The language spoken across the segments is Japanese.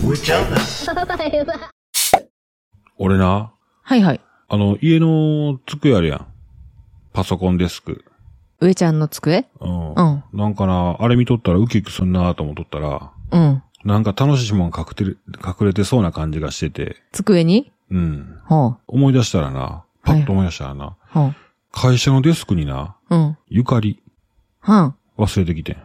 俺な。 はいはい。 家の机あるやん。パソコンデスク。 上ちゃんの机？ うん。なんかな、あれ見とったらウキウキすんなと思っとったら、 うん。 なんか楽しいもん隠れてそうな感じがしてて。 机に？ うん。 はあ。 思い出したらな、パッと思い出したらな、 はあ。 会社のデスクにな、 うん。 ゆかり。 はあ。 忘れてきてん。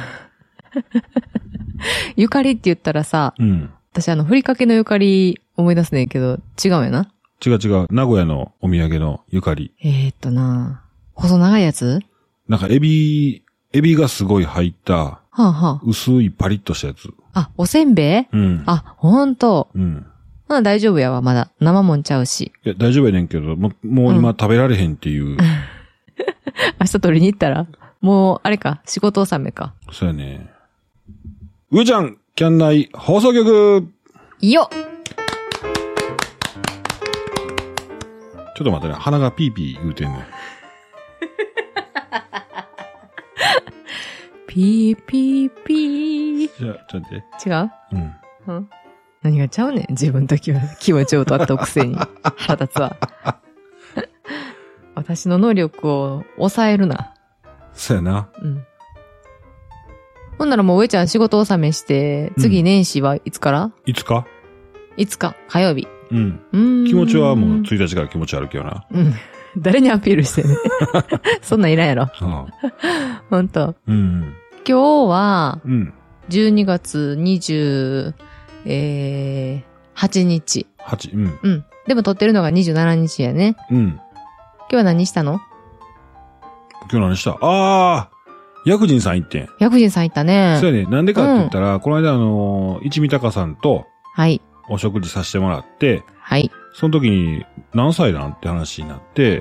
ゆかりって言ったらさ、 うん。 私ふりかけのゆかり思い出すねんけど、違うよな。 違う。名古屋のお土産のゆかり。 細長いやつ？ なんかエビがすごい入った、 はあはあ。 薄いパリッとしたやつ。 あ、おせんべい？ うん。 あ、ほんと。 うん。 大丈夫やわ、まだ。生もんちゃうし。 いや、大丈夫やねんけど、もう今食べられへんっていう。 明日取りに行ったらもう、あれか、仕事納めか。 そうやね。うーちゃん、キャン内放送局よっ！ ちょっと待ってね、鼻がピーピー言うてんねん。 ピーピーピー。 じゃあ、ちょっと待って。 違う？ うん。 何がちゃうねん。自分と気持ちをとったくせに。腹立つわ。私の能力を抑えるな。 そうやな。 うん。ほんならもう上ちゃん仕事納めして、次年始はいつから？ いつか？ 5 日、火曜日。 うん。気持ちはもう1日から気持ち悪いけどな。 うん。誰にアピールしてんねん。そんなんいらんやろ。 ああほんと。 うん。 今日は、12月 28 日。 うん。 うん。でも撮ってるのが27日やね。 うん。 今日は何したの？ 今日何した？薬人さん行ってん。 薬人さん行ったね。 そうやね。なんでかって言ったら、この間一味高さんと、 はい。 お食事させてもらって、 はい。 その時に何歳なんって話になって、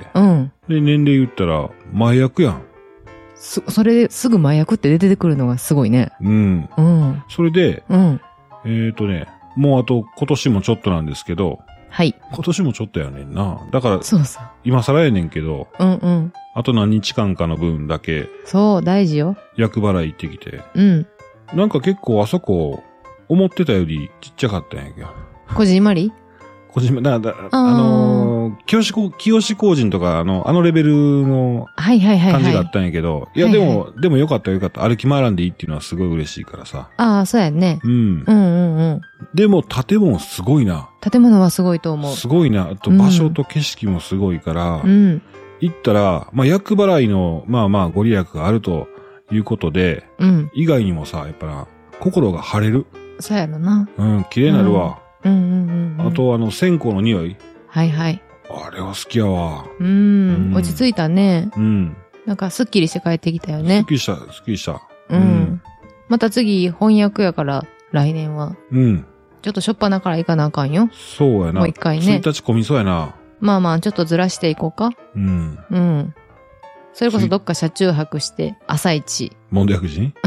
うん。 で、年齢言ったら、麻薬やん。 それですぐ麻薬って出てくるのがすごいね。 うん。 うん。 それで、 うん。 もうあと今年もちょっとなんですけど、 はい。 今年もちょっとやねんな。だから、 そうそう。 今更やねんけど、 うんうん。 あと何日間かの分だけ、 そう、大事よ。 厄払い行ってきて。 うん。 なんか結構あそこ、思ってたよりちっちゃかったんやけど。 こじんまり？ 清志工人とか、レベルのはいはいはい。 感じがあったんやけど、いや、でもよかったよかった。歩き回らんでいいっていうのはすごい嬉しいからさ。 ああ、そうやね。 うん。 うんうんうん。 でも、建物すごいな。 建物はすごいと思う。 すごいな。あと、場所と景色もすごいから、 うん。 行ったら、厄払いの、ご利益があるということで、 うん。 以外にもさ、やっぱな、心が晴れる。 そうやろな。 うん、綺麗になるわ。 うんうんうん。 あと、線香の匂い。 はいはい。 あれは好きやわ。 落ち着いたね。 うん。 なんか、スッキリして帰ってきたよね。 スッキリした。 うん。また次、翻訳やから、来年は。 うん。 ちょっとしょっぱなから行かなあかんよ。 そうやな。 もう一回ね。 1日混みそうやな。 まあ、ちょっとずらしていこうか。 うん。 うん。それこそどっか車中泊して、朝一。 モンド薬人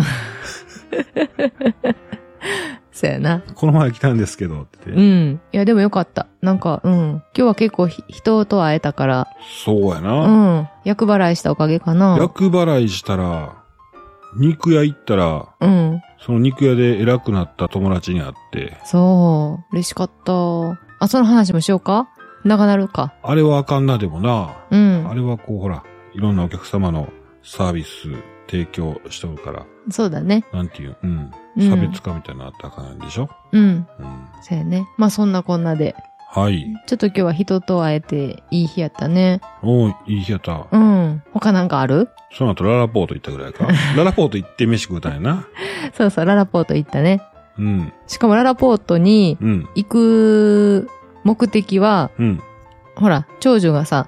そうやな。 この前来たんですけど、って。 うん。いや、でもよかった。なんか、うん。今日は結構人と会えたから。 そうやな。 うん。厄払いしたおかげかな。 厄払いしたら、肉屋行ったら、 うん。 その肉屋で偉くなった友達に会って。 そう。嬉しかった。あ、その話もしようか？長なるか。 あれはあかんな、でもな。 うん。 あれはほら、いろんなお客様のサービス提供しておるから。 そうだね。 なんていう、差別化みたいなのあったらあかんでしょ？ うん。そうやね。そんなこんなで。 はい。 ちょっと今日は人と会えていい日やったね。 いい日やった。 うん。他なんかある？ その後ララポート行ったぐらいか。ララポート行って飯食うたんやな。 そうそう、ララポート行ったね。 うん。 しかもララポートに行く目的は、ほら、長女がさ、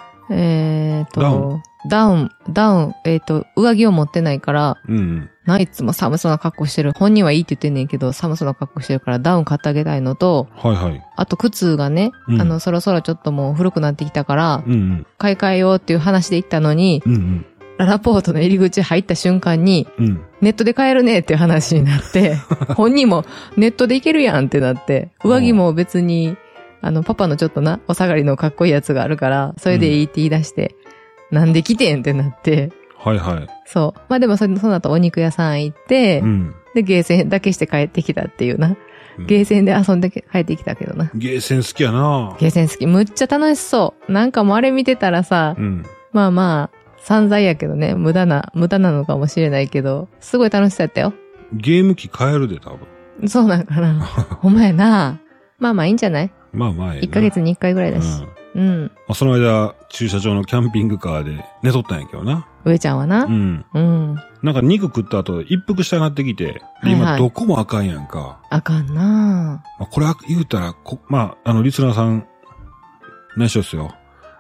ダウン、上着を持ってないから、いつも寒そうな格好してる。本人はいいって言ってんねんけど、寒そうな格好してるからダウン買ってあげたいのと、 はいはい。 あと靴がね、そろそろちょっともう古くなってきたから、買い替えようっていう話で行ったのに、ララポートの入り口入った瞬間に、ネットで買えるねっていう話になって、本人もネットでいけるやんってなって、上着も別に、パパのちょっとな、お下がりのかっこいいやつがあるから、それでいいって言い出して、なんで来てんってなって。 はいはい。 そう。でもその後お肉屋さん行って、で、ゲーセンだけして帰ってきたっていうな。 ゲーセンで遊んで帰ってきたけどな。 ゲーセン好きやな。 ゲーセン好き。むっちゃ楽しそう。なんかもうあれ見てたらさ、まあまあ、散財やけどね、無駄なのかもしれないけど、すごい楽しそうやったよ。 ゲーム機買えるで、多分。 そうなんかな。ほんまやな。まあまあいいんじゃない？ まあまあ 1ヶ月に1回ぐらいだし。 その間、駐車場のキャンピングカーで寝とったんやけどな。 上ちゃんはな。 なんか肉食った後、一服したなってきて、今どこもあかんやんか。 あかんな。 これ言うたら、リスナーさん、内緒っすよ。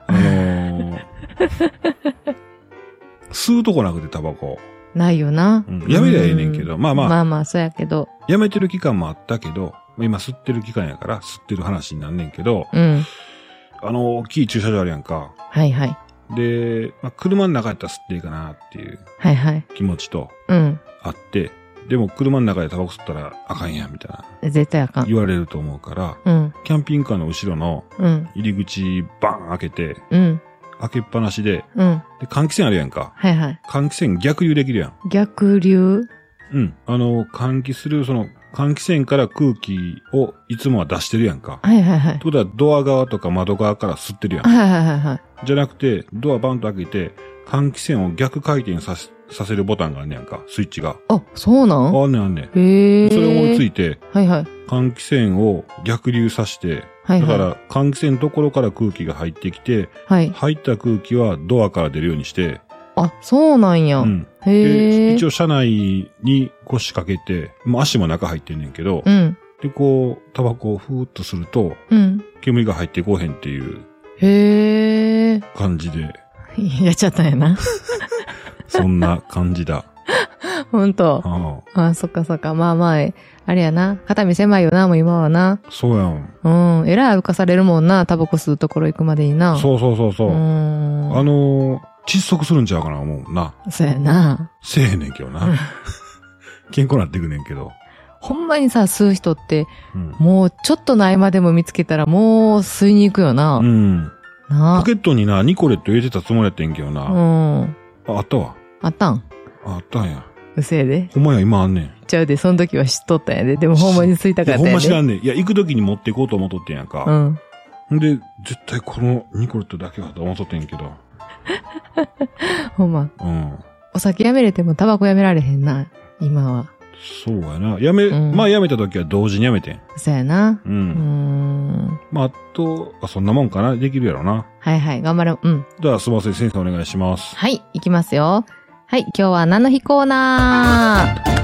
吸うとこなくてタバコ。 ないよな。 やめりゃええねんけど、まあ、そうやけど。 やめてる期間もあったけど、今吸ってる期間やから吸ってる話になんねんけど、大きい駐車場あるやんか。 はいはい。 で、車の中やったら吸っていいかなっていう気持ちと、あって、でも車の中でタバコ吸ったらあかんやんみたいな。 絶対あかん。 言われると思うから、キャンピングカーの後ろの入り口バーン開けて、開けっぱなしで、で、換気扇あるやんか。 はいはい。 換気扇逆流できるやん。 逆流？ 換気する、換気扇から空気をいつもは出してるやんか。 はいはいはい。 ってことはドア側とか窓側から吸ってるやん。 はいはいはいはい。 じゃなくて、ドアバンと開けて、換気扇を逆回転させるボタンがあんねやんか、スイッチが。 あ、そうなん？ あんねんあんねん。 へー。 それを思いついて、 はいはい。 換気扇を逆流さして、だから換気扇のところから空気が入ってきて、入った空気はドアから出るようにして、 あ、そうなんや。 で、一応車内に腰掛けて、足も中入ってんねんけど、で、タバコをふーっとすると、煙が入ってこうへんっていう感じで。 やっちゃったんやな。 そんな感じだ。 ほんと。そっかそっか。まあまあ、あれやな。肩身狭いよな、もう今はな。 そうやん。 えらい歩かされるもんな、タバコ吸うところ行くまでにな。 そう。窒息するんちゃうかな、思うな。 そうやな。 せえへんねんけどな。健康なっていくねんけど。 ほんまにさ、吸う人って、もうちょっとの合間でも見つけたらもう吸いに行くよな。 ポケットにな、ニコレット入れてたつもりやってんけどな。あったわ。 あったん？ あったんや。 うせえで。 ほんまや、今あんねん。 ちゃうで、その時は知っとったんやで。でもほんまに吸いたかったんやで。 ほんま知らんねん。いや、行く時に持っていこうと思っとってんやんか。んで、絶対このニコレットだけはと思っとってんけど。 ほんま。お酒やめれてもタバコやめられへんな、今は。 そうやな。やめた時は同時にやめてん。 そうやな。 あと、そんなもんかな。できるやろな。 はいはい、頑張ろう。 では、すみません、先生お願いします。 はい、行きますよ。はい、今日は何の日コーナー。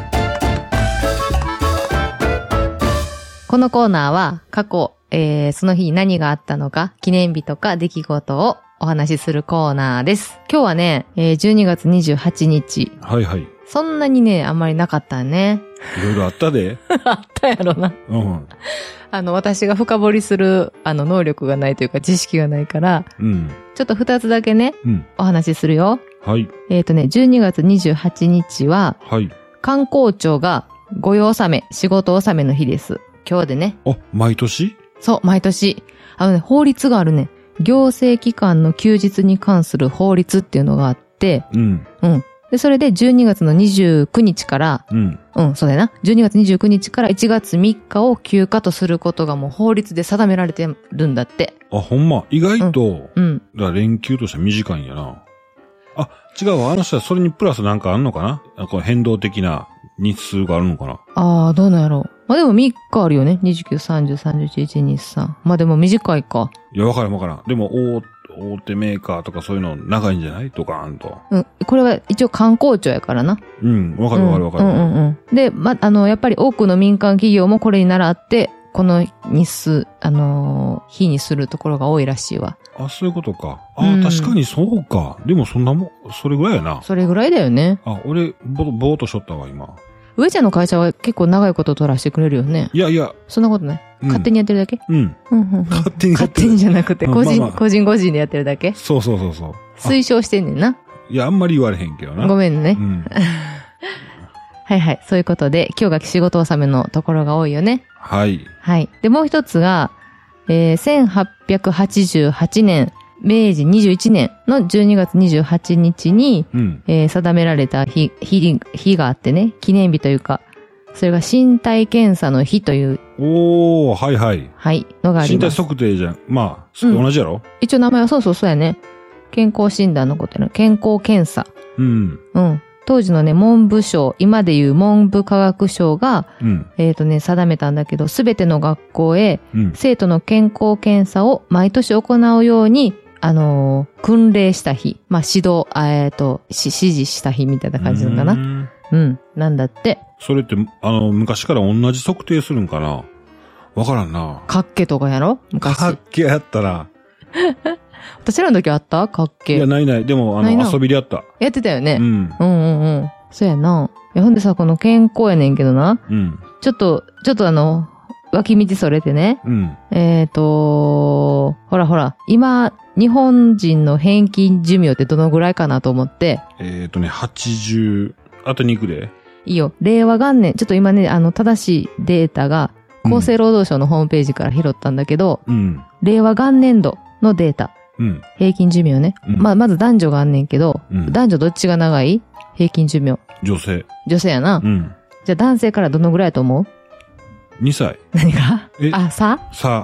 このコーナーは、過去、その日に何があったのか、記念日とか出来事をお話しするコーナーです。今日はね、12月28日。 はいはい。 そんなにね、あんまりなかったね。 いろいろあったで。 あったやろな。私が深掘りする、能力がないというか知識がないから、ちょっと2つだけね、お話しするよ。 はい。 12月28日は、観光庁が御用納め、仕事納めの日です。今日でね。 毎年？ そう、毎年。法律があるね。行政機関の休日に関する法律っていうのがあって、で、それで12月の29日から、そうだよな。12月29日から1月3日を休暇とすることがもう法律で定められてるんだって。 ほんま。意外と、連休としては短いんやな。違うわ。あの人はそれにプラスなんかあんのかな？なんか変動的な日数があるのかな？ どうなんやろう。でも3日あるよね。29、30、31、1、2、3。でも短いか。 いや、わからん。でも、大手メーカーとかそういうの長いんじゃない？ドカーンと。 これは一応観光庁やからな。 わかる。 で、やっぱり多くの民間企業もこれに倣って、この日数、日にするところが多いらしいわ。 そういうことか。確かにそうか。でもそんなもん、それぐらいやな。 それぐらいだよね。 俺、ぼーっとしとったわ、今。 上ちゃんの会社は結構長いこと取らせてくれるよね。 いや。 そんなことない。勝手にやってるだけ？ 勝手にやってる。 勝手にじゃなくて、個人でやってるだけ？ そう。 推奨してんねんな。 いや、あんまり言われへんけどな。 ごめんね。はい。そういうことで、今日が仕事納めのところが多いよね。 はい。 で、もう一つが、1888年、明治21年の12月28日に、定められた日があってね、記念日というか、それが身体検査の日というおー、はいはい。 はい。のがあります。 身体測定じゃん。まあ、同じやろ？ 一応名前はそうやね。健康診断のことやな。健康検査。うん。当時のね、文部省、今でいう文部科学省が、定めたんだけど、すべての学校へ、生徒の健康検査を毎年行うように、訓令した日。まあ、指導、指示した日みたいな感じなのかな。なんだって。 それって、昔から同じ測定するんかな？わからんな。 かっけとかやろ？昔。 かっけやったら。 私らの時あったかっけ。 いや、ない。でも、遊びでやった。 やってたよね。うん。そうやな。いや、ほんでさ、この健康やねんけどな。ちょっと脇道それてね。ほら、今、日本人の平均寿命ってどのぐらいかなと思って。 80、あと2区で。 いいよ。令和元年、ちょっと今ね、正しいデータが、厚生労働省のホームページから拾ったんだけど、令和元年度のデータ。平均寿命ね。まず男女があんねんけど、男女どっちが長い？平均寿命。 女性やな。じゃあ男性からどのぐらいだと思う？ 2 歳。 何が？差。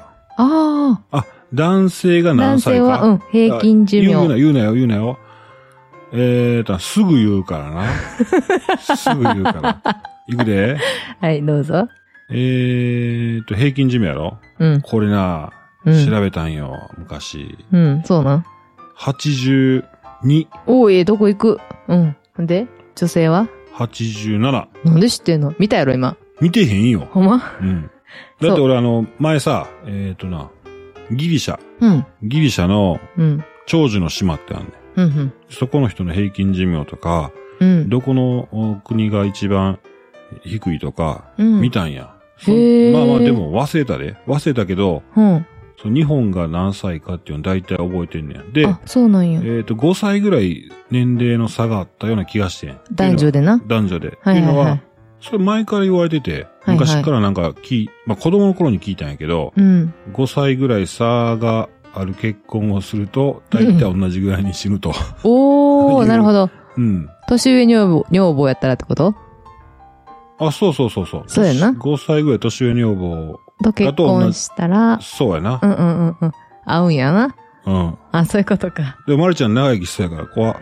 男性が何歳か。 男性は、平均寿命。 言うなよ。すぐ言うからな。すぐ言うから。いくで。 はい、どうぞ。 平均寿命やろ？これな、調べたんよ、昔。 そうなん。 82。 どこ行く？で、女性は？ 87。 なんで知ってんの？見たやろ、今。 見てへんよ。 ほんま？ だって俺前さ、ギリシャ。ギリシャの、長寿の島ってあんねん。そこの人の平均寿命とか、どこの国が一番低いとか、見たんや。まあでも忘れたけど、日本が何歳かっていうの大体覚えてんねん。で、 そうなんや。 5歳ぐらい年齢の差があったような気がしてん。 男女でな。 男女で。っていうのは、それ前から言われてて、昔からなんかまあ子供の頃に聞いたんやけど、5歳ぐらい差がある結婚をすると、大体同じぐらいに死ぬと。 なるほど。年上女房やったらってこと？そう。 そうやな。5歳ぐらい年上女房と結婚したら。 そうやな。 合うんやな。そういうことか。 でも、まるちゃん長生きしそうやから怖っ。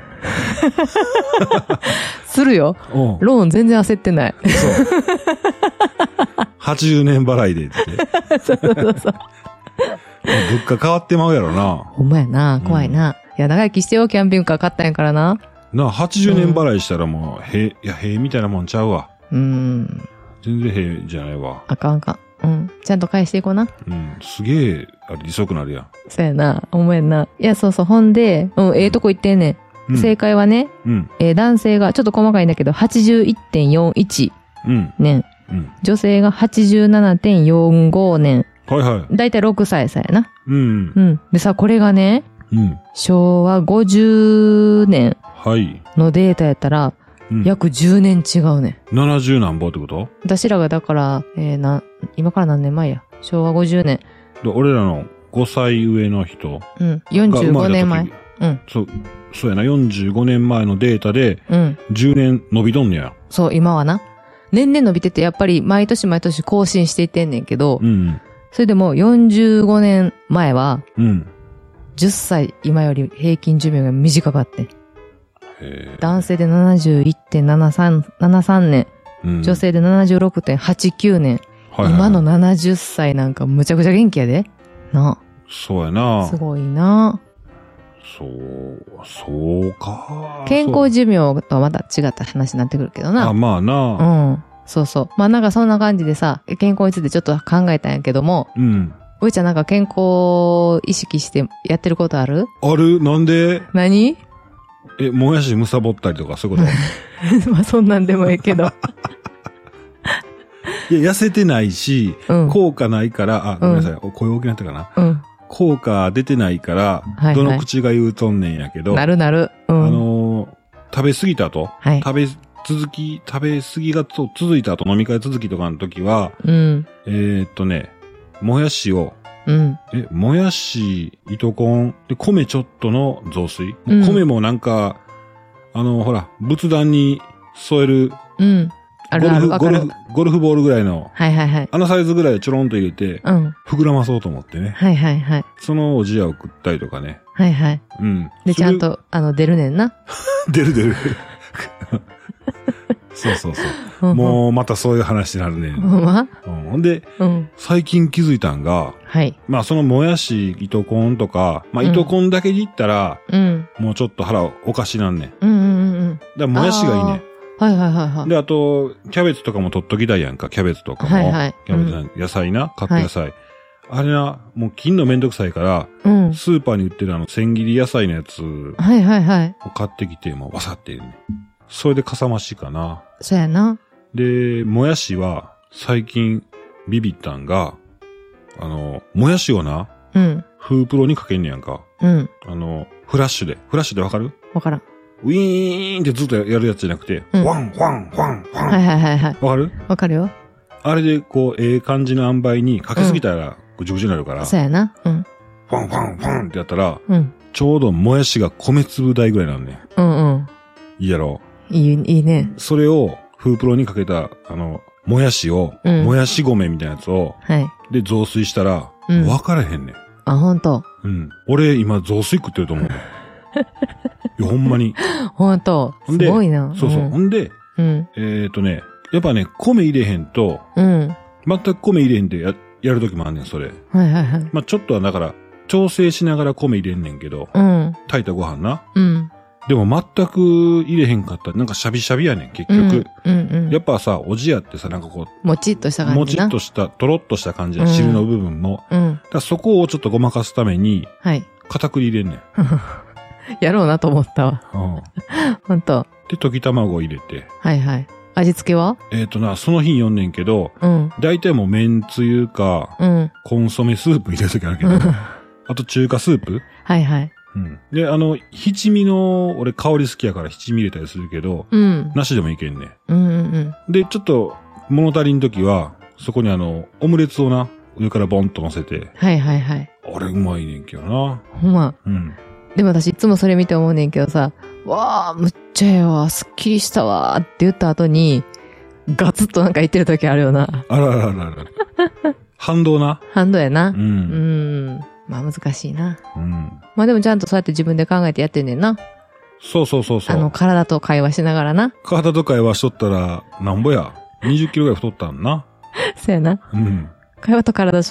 するよ。ローン全然焦ってない。そう。 80年払いでって。そう。物価変わってまうやろな。 ほんまやな。怖いな。いや、長生きしてよ、キャンピングカー買ったんやからな。 80年払いしたらもう、塀みたいなもんちゃうわ。全然塀じゃないわ。 あかん。ちゃんと返していこうな。 すげえ、利息なるやん。 そうやな。思えんな。いや、そう。ほんで、とこ言ってんねん。正解はね、男性が、ちょっと細かいんだけど、81.41 年。女性が 87.45 年。だいたい6歳さやな。でさ、これがね、昭和50年のデータやったら、約10年違うね。 70何本ってこと？ 私らがだから、今から何年前や。昭和50年。 俺らの5歳上の人。 45年前。 そうやな、45年前のデータで、10年伸びとんねや。 そう、今はな。年々伸びてて、やっぱり毎年更新していってんねんけど、それでも45年前は、10歳今より平均寿命が短かってん。男性で 71.73 年、女性で 76.89 年、今の70歳なんかむちゃくちゃ元気やで。 そうやな。 すごいな。 そうか。 健康寿命とはまた違った話になってくるけどな。 まあな。 そう。まあなんかそんな感じでさ、健康についてちょっと考えたんやけども、おいちゃんなんか健康を意識してやってることある？ なんで？ 何？ もやしむさぼったりとかそういうことまあそんなんでもええけど。 いや、痩せてないし、効果ないから、ごめんなさい、声大きなったかな。効果出てないから、どの口が言うとんねんやけど。 なる。 食べ過ぎた後、食べ過ぎが続いた後、飲み会続きとかの時は、もやしを、もやし、糸こん、で、米ちょっとの雑炊。米もなんか、ほら、仏壇に添える、 あるある、わかる。 ゴルフボールぐらいの。 はいはいはい。 あのサイズぐらいちょろんと入れて、うん。膨らまそうと思ってね。 はいはいはい。 そのおじやを食ったりとかね。 はいはい。うん。で、ちゃんと、出るねんな。 出る。そうそうそう。もう、またそういう話になるね。ほんで、最近気づいたんが、はい。まあ、そのもやし、糸こんとか、まあ、糸こんだけで言ったら、もうちょっと腹おかしなんねん。だからもやしがいいね。 はいはいはいはい。 で、あと、キャベツとかも取っときたいやんか、キャベツとかも。はいはい。キャベツ、野菜な、カット野菜。あれな、もう切んのめんどくさいから、スーパーに売ってる千切り野菜のやつ。はいはいはい。を買ってきて、もうわさって入れるね。それでかさ増しかな。 そうやな。 で、もやしは、最近、ビビったんが、もやしをな、フープロにかけんねやんか。フラッシュでわかる？ わからん。 ウィーンってずっとやるやつじゃなくて、ワン、ワン、ワン、ワン。 はいはいはいはい。 わかる？ わかるよ。 あれで、こう、感じの塩梅にかけすぎたら、ぐちゅぐちゅになるから。 そうやな。うん。 ワン、ワン、ワンってやったら、ちょうどもやしが米粒大ぐらいなんね。いいやろ？ いいね。 それを、フープロにかけた、もやしを、もやし米みたいなやつを、はい。で、雑炊したら、わからへんねん。 あ、ほんと？ 俺、今、雑炊食ってると思う。いや、ほんまに。 ほんと。すごいな。 そうそう。ほんで、やっぱね、米入れへんと、全く米入れへんでやるときもあんねん、それ。 はいはいはい。 まあちょっとはだから、調整しながら米入れんねんけど、炊いたご飯な。でも全く入れへんかったら、なんかシャビシャビやねん、結局。やっぱさ、おじやってさ、なんかこう、 もちっとした感じな。 もちっとした、とろっとした感じや、汁の部分も。だからそこをちょっとごまかすために、はい。片栗入れんねん。 やろうなと思ったわ。ほんと。 で、溶き卵を入れて。 はいはい。味付けは？ その日に読んねんけど、大体もう麺つゆか、コンソメスープ入れるときあるけど、あと中華スープ？はいはい。で、七味の、俺香り好きやから七味入れたりするけど、なしでもいけんね。で、ちょっと物足りんときは、そこにオムレツをな、上からボンと乗せて。はいはいはい。あれうまいねんけどな。 ほんま。でも私いつもそれ見て思うねんけどさ、わー、むっちゃええわ、すっきりしたわーって言った後に、ガツッとなんか言ってる時あるよな。 あら。反動な。 反動やな。まあ難しいな。まあでもちゃんとそうやって自分で考えてやってんねんな。 そう。 体と会話しながらな。 体と会話しとったら、なんぼや。20キロぐらい太ったんな。 そうやな。会話と体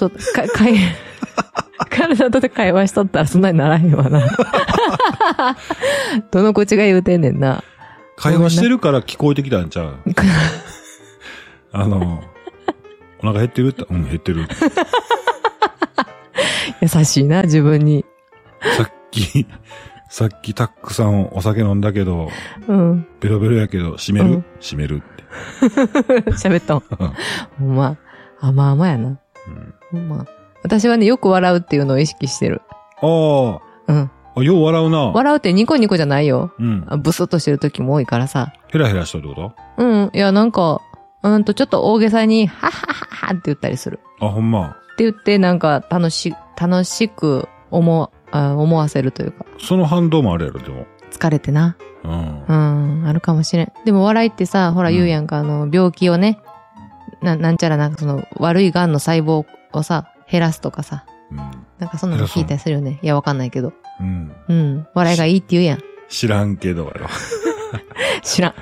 体と会話しとったらそんなにならへんわな。どの口が言うてんねんな。 会話してるから聞こえてきたんちゃう？お腹減ってるって、減ってる。 優しいな、自分に。 さっきたくさんお酒飲んだけど、ベロベロやけど、閉めるって。 喋ったん。ほんま、甘やな。ほんま。私はね、よく笑うっていうのを意識してる。 ああ。よう笑うな。 笑うってニコニコじゃないよ。ブスッとしてる時も多いからさ。 ヘラヘラしとるってこと？ いや、なんか、ちょっと大げさに、はっはっはって言ったりする。 あ、ほんま。 って言って、なんか、楽しく思わせるというか。 その反動もあるやろ、でも。 疲れてな。あるかもしれん。でも笑いってさ、ほら言うやんか、病気をね、なんちゃらなんかその、悪い癌の細胞をさ、減らすとかさ。なんかそんなの聞いたりするよね。いや、わかんないけど。笑いがいいって言うやん。 知らんけどやろ。 知らん。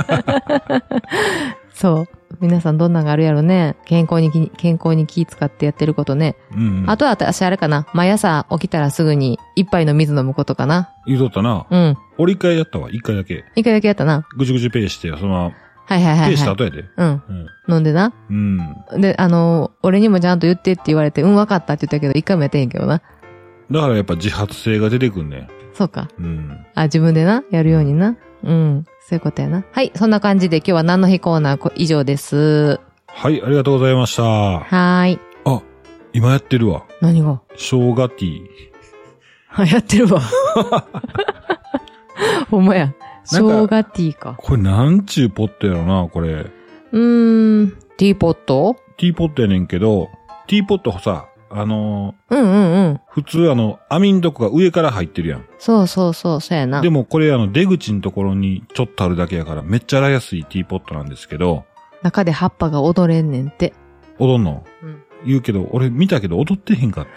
そう。皆さんどんなのがあるやろね。健康に気使ってやってることね。あとは私あれかな。毎朝起きたらすぐに一杯の水飲むことかな。 言うとったな。俺一回やったわ。一回だけ。 一回だけやったな。 ぐちぐちペーして、そのまま。 はい。ペーした後やで。 飲んでな。で、俺にもちゃんと言ってって言われて、わかったって言ったけど、一回もやってんやけどな。 だからやっぱ自発性が出てくんね。 そうか。自分でな、やるようにな。そういうことやな。はい、そんな感じで今日は何の日コーナー以上です。 はい、ありがとうございました。 はい。 あ、今やってるわ。 何が？ 生姜ティー。 やってるわ。ほんまや。生姜ティーか。 これなんちゅうポットやろな、これ。 ティーポット？ ティーポットやねんけど、ティーポットさ、普通網んとこが上から入ってるやん。 そうやな。 でもこれ出口のところにちょっとあるだけやからめっちゃ洗いやすいティーポットなんですけど、 中で葉っぱが踊れんねんって。 踊んの？うん。言うけど、俺見たけど踊ってへんかって。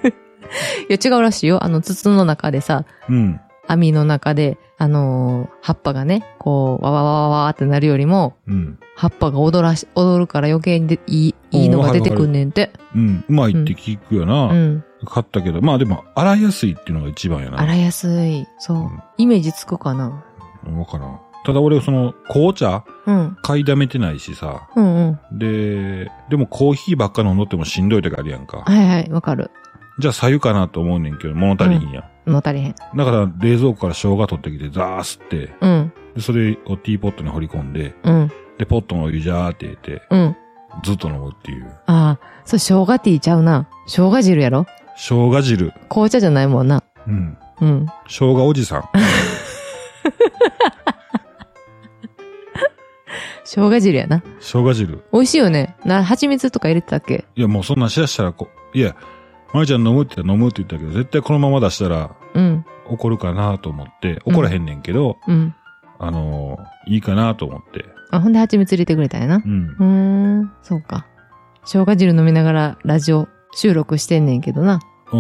いや、違うらしいよ。筒の中でさ、うん。網の中で、葉っぱがね、こう、わわわわわってなるよりも、うん。葉っぱが踊るから余計にいいのが出てくんねんって。 うん。うまいって聞くよな。うん。買ったけど、まあでも、洗いやすいっていうのが一番やな。 洗いやすい。そう。うん、イメージつくかな。 わからん。ただ俺、紅茶、うん、買いだめてないしさ。うんうん。でもコーヒーばっか飲んどってもしんどい時あるやんか。 はいはい、わかる。 じゃあ、白湯かなと思うねんけど、物足りひんやん。 物足りへん。 だから、冷蔵庫から生姜取ってきて、ザー吸って、うん。で、それをティーポットに放り込んで、うん。で、ポットのお湯ジャーって入れて、うん。ずっと飲むっていう。 ああ、そう、生姜ティーちゃうな。生姜汁やろ？ 生姜汁。 紅茶じゃないもんな。うん。うん。 生姜おじさん。 生姜汁やな。 生姜汁。 美味しいよね。蜂蜜とか入れてたっけ？ いや、もうそんなんしだしたらいや、まりちゃん飲むって言ったら飲むって言ったけど、絶対このまま出したら、うん。怒るかなと思って、怒らへんねんけど、うん。いいかなと思って。 あ、ほんで蜂蜜入れてくれたんやな。うん。そうか。生姜汁飲みながらラジオ収録してんねんけどな。うん。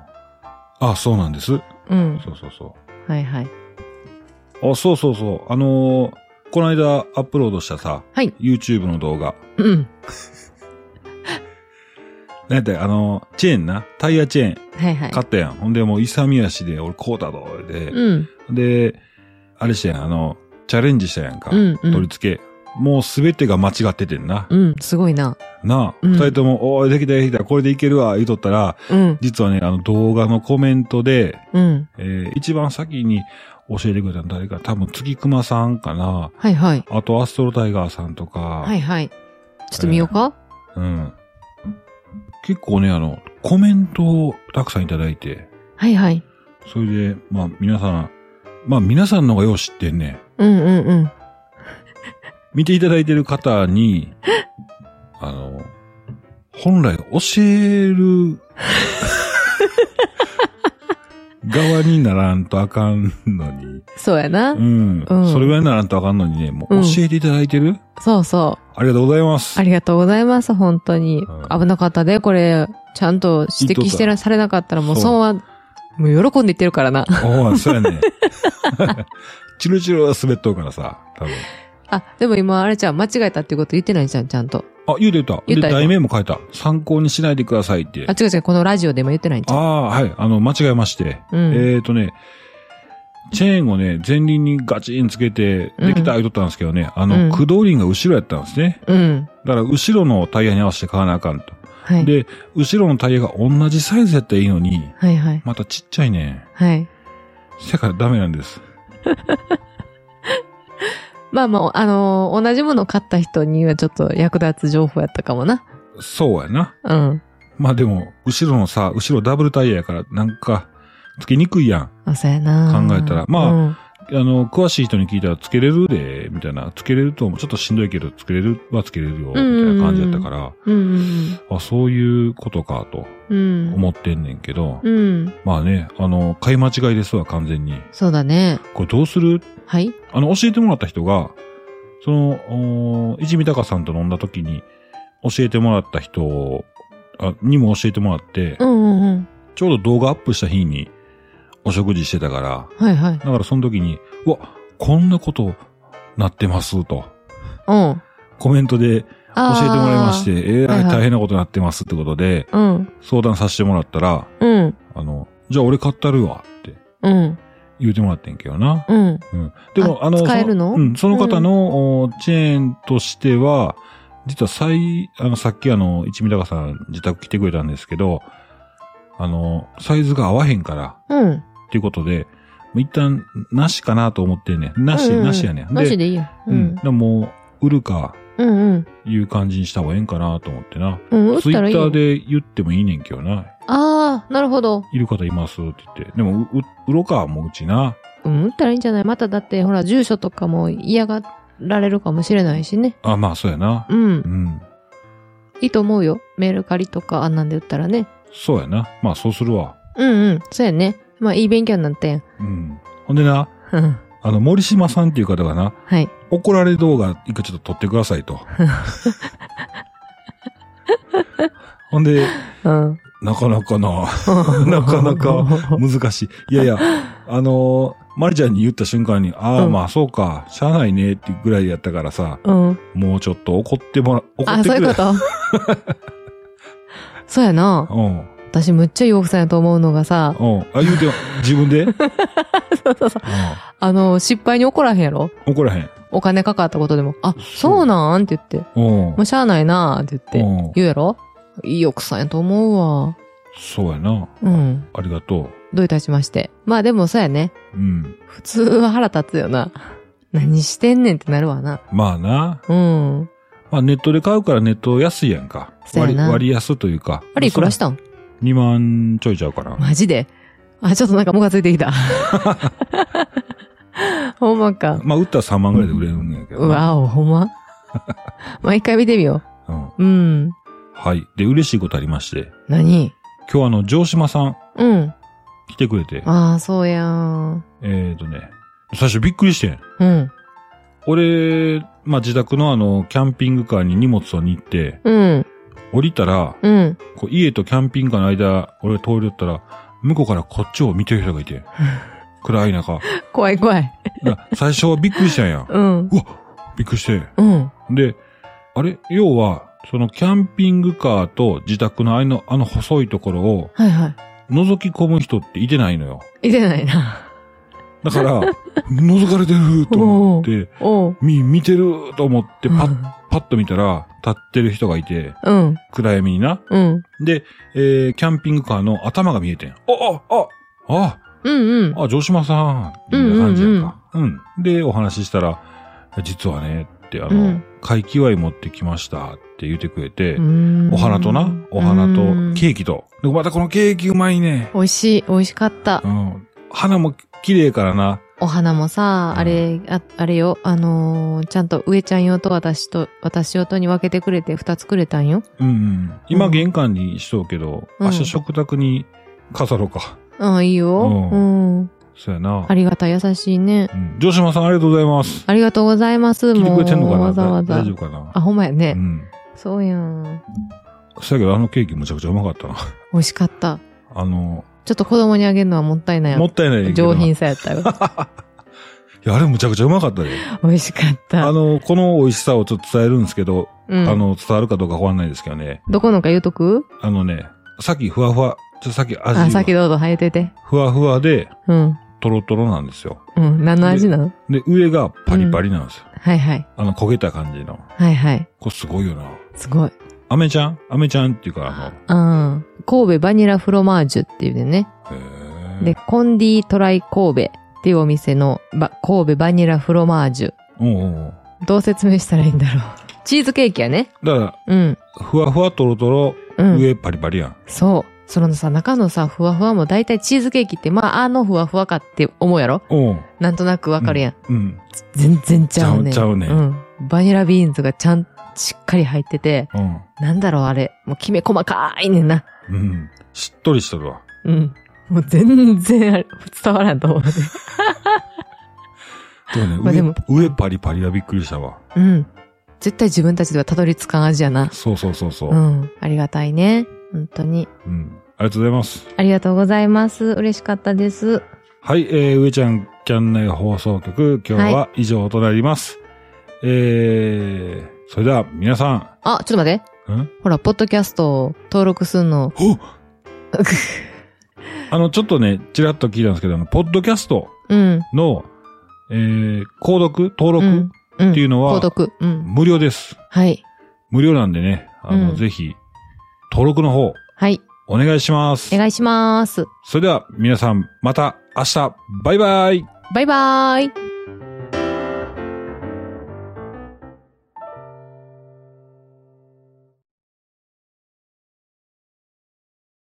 あ、そうなんです。うん。そうそうそう。 はいはい。 あ、そうそうそう。この間アップロードしたさ、はい。YouTube の動画。うん。なんやったチェーンな。タイヤチェーン。はいはい。買ったやん。ほんでもう勇み足で俺こうだぞ。で、うん。で、あれしたやん。チャレンジしたやんか。うん、うん。取り付け。もうすべてが間違っててんな。 うん、すごいな。 なあ、二人とも、おー、できたできた、これでいけるわ、言うとったら、うん。実はね、動画のコメントで、うん。一番先に教えてくれたの誰か、多分月熊さんかな。はいはい。あとアストロタイガーさんとか。 はいはい。ちょっと見ようか？ うん。結構ね、コメントをたくさんいただいて。 はいはい。 それで、まあ皆さんのがよう知ってんね。 うんうんうん。 見ていただいてる方に、本来教える側にならんとあかんのに。 そうやな。 うん。うん、それぐらいならんとあかんのにね、もう教えていただいてる、うん、 そうそう。 ありがとうございます。 ありがとうございます、本当に。危なかったで、これ、ちゃんと指摘してされなかったらもう損は、もう喜んで言ってるからな。 おそうやね。チルチルは滑っとるからさ、多分。 あ、でも今あれじゃん、間違えたっていうこと言ってないじゃん、ちゃんと。 あ、言うてた。で、題名も書いた。参考にしないでくださいって。 あ、違う違う、このラジオでも言ってないんじゃん。 ああ、はい。間違えまして。うん、チェーンをね、前輪にガチンつけて、できた言うとったんですけどね、駆動輪が後ろやったんですね。うん。だから、後ろのタイヤに合わせて買わなあかんと。はい。で、後ろのタイヤが同じサイズやったらいいのに、はいはい。またちっちゃいね。はい。だからダメなんです。 まあまあ、同じものを買った人にはちょっと役立つ情報やったかもな。 そうやな。うん。まあでも、後ろダブルタイヤやから、なんか、つけにくいやん。 あ、そうやな。 考えたら。まあ、うん、詳しい人に聞いたらつけれるで、みたいな。つけれると、ちょっとしんどいけど、つけれるはつけれるよ、みたいな感じだったから。あ、そういうことか、と、思ってんねんけど。うん、まあね、買い間違いですわ、完全に。 そうだね。 これどうする？ はい。 教えてもらった人が、一味高さんと飲んだ時に、教えてもらった人にも教えてもらって、ちょうど動画アップした日に、お食事してたから、はいはい。だからその時に、うわ、こんなことなってますと。うん。コメントで教えてもらいまして、大変なことなってますってことで、うん。相談させてもらったら、うん。じゃあ俺買ったるわって。うん。言うてもらってんけどな。うん。うん。でも、 使えるの？ うん。その方の、チェーンとしては、実はさっき一味高さん自宅来てくれたんですけど、サイズが合わへんから、うん。っていうことで、一旦、なしかなと思ってんねん。なしやねん。 なしでいいよ。 うん。でも、売るか、いう感じにした方がええんかなと思ってな。 うん、 ツイッターで言ってもいいねんけどな。 ああ、なるほど。 いる方いますって言って。でも、売ろうか、もううちな。 うん、売ったらいいんじゃない？まただって、ほら、住所とかも嫌がられるかもしれないしね。 あ、まあ、そうやな。うん。うん。 いいと思うよ。メルカリとかあんなんで売ったらね。 そうやな。まあ、そうするわ。 うんうん。そうやね。まあ、いい勉強になったやん。 うん。ほんでな、 森島さんっていう方がな、はい。怒られ動画一回ちょっと撮ってくださいと。ほんで、うん、なかなかな、なかなか難しい。いやいや、マリちゃんに言った瞬間に、ああ、うん、まあそうか、しゃあないねっていうぐらいやったからさ、うん、もうちょっと怒ってくれ。 あ、そういうことそうやな。うん。私むっちゃ洋服さんやと思うのがさ。 うん。あ、言うてよ。自分でそうそうそう。失敗に怒らへんやろ？ 怒らへん。 お金かかったことでも。あ、そうなんって言って。もうしゃあないなって言って。言うやろ？いい奥さんやと思うわ。 そうやな。うん。ありがとう。どういたしまして。まあでもそうやね。うん。普通は腹立つよな。何してんねんってなるわな。 まあな。うん。まあネットで買うからネット安いやんか。割安というか。 あれいくらしたん ？2万ちょいちゃうかな。 マジで？あ、ちょっとなんかムカついてきた。ほんまか。 まあ売ったら3万ぐらいで売れるんやけど。 うわお、ほんままあ一回見てみよう。うん。うん。 はい。で、嬉しいことありまして。 何？ 今日城島さん。うん。来てくれて。 ああ、そうやん。 最初びっくりしてん。うん。俺、まあ自宅のキャンピングカーに荷物を握って。うん。降りたら、うん。こう家とキャンピングカーの間、俺が通り寄ったら、向こうからこっちを見てる人がいて。暗い中。 怖い怖い。 最初はびっくりしたんや。うん。うわびっくりして。うん。で、あれ要は、そのキャンピングカーと自宅の細いところを、はいはい。覗き込む人っていてないのよ。 いてないな。 だから、覗かれてると思って、見てると思ってパッと見たら、立ってる人がいて、うん、暗闇にな。うん、で、キャンピングカーの頭が見えてん。うんうん。城島さん、みたいな感じやんか。うん。で、お話ししたら、実はね、って会期祝い持ってきましたって言ってくれて、お花とケーキと。で、またこのケーキうまいね。 美味しかった。 うん。花も綺麗からな。 お花もさ、あれよ、ちゃんと上ちゃん用と私用とに分けてくれて2つくれたんよ。 うんうん。今玄関にしとうけど、明日食卓に飾ろうか。 ああ、いいよ。うん。 そうやな。 ありがたい、優しいね。 城島さんありがとうございます。 ありがとうございます。 聞いてくれてんのかな？ わざわざ。 大丈夫かな？ あ、ほんまやね。うん。そうやん。 そうやけどケーキむちゃくちゃうまかったな。 美味しかった。ちょっと子供にあげるのはもったいないよ。 もったいない。 上品さやったよ。 いや、あれむちゃくちゃうまかったで。 美味しかった。 この美味しさをちょっと伝えるんですけど、伝わるかどうかわかんないですけどね。 どこのか言うとく？ さっきふわふわ、さっき味。 あ、さっきどうぞ、生えてて。 ふわふわで、トロトロなんですよ。 うん、何の味なの？ で、上がパリパリなんですよ。 はいはい。 焦げた感じの。 はいはい。 これすごいよな。 すごい。 アメちゃんっていうか神戸バニラフロマージュっていうね。で、コンディトライ神戸っていうお店の神戸バニラフロマージュ。どう説明したらいいんだろう。チーズケーキやね。 だから、ふわふわトロトロ、上パリパリやん。 そう。そのさ、中のさ、ふわふわもだいたいチーズケーキって、まあ、ふわふわかって思うやろ？なんとなくわかるやん。全然ちゃうね。 ちゃうね。 バニラビーンズがしっかり入ってて、なんだろうあれ、もうきめ細かいねんな。 しっとりしとるわ。 もう全然伝わらんと思うね。 でもね、上パリパリはびっくりしたわ。 絶対自分たちではたどり着かん味やな。 そう。 ありがたいね。本当に。 ありがとうございます。 ありがとうございます。嬉しかったです。 はい、上ちゃんキャン内放送局、今日は以上となります。それでは皆さん。 あ、ちょっと待って。ほら、ポッドキャスト登録すんの。 ちょっとね、ちらっと聞いたんですけど、ポッドキャストの、登録っていうのは、無料です。 はい。 無料なんでね、ぜひ、登録の方、 はい。 お願いします。 お願いします。 それでは皆さん、また明日、バイバイ。 バイバイ。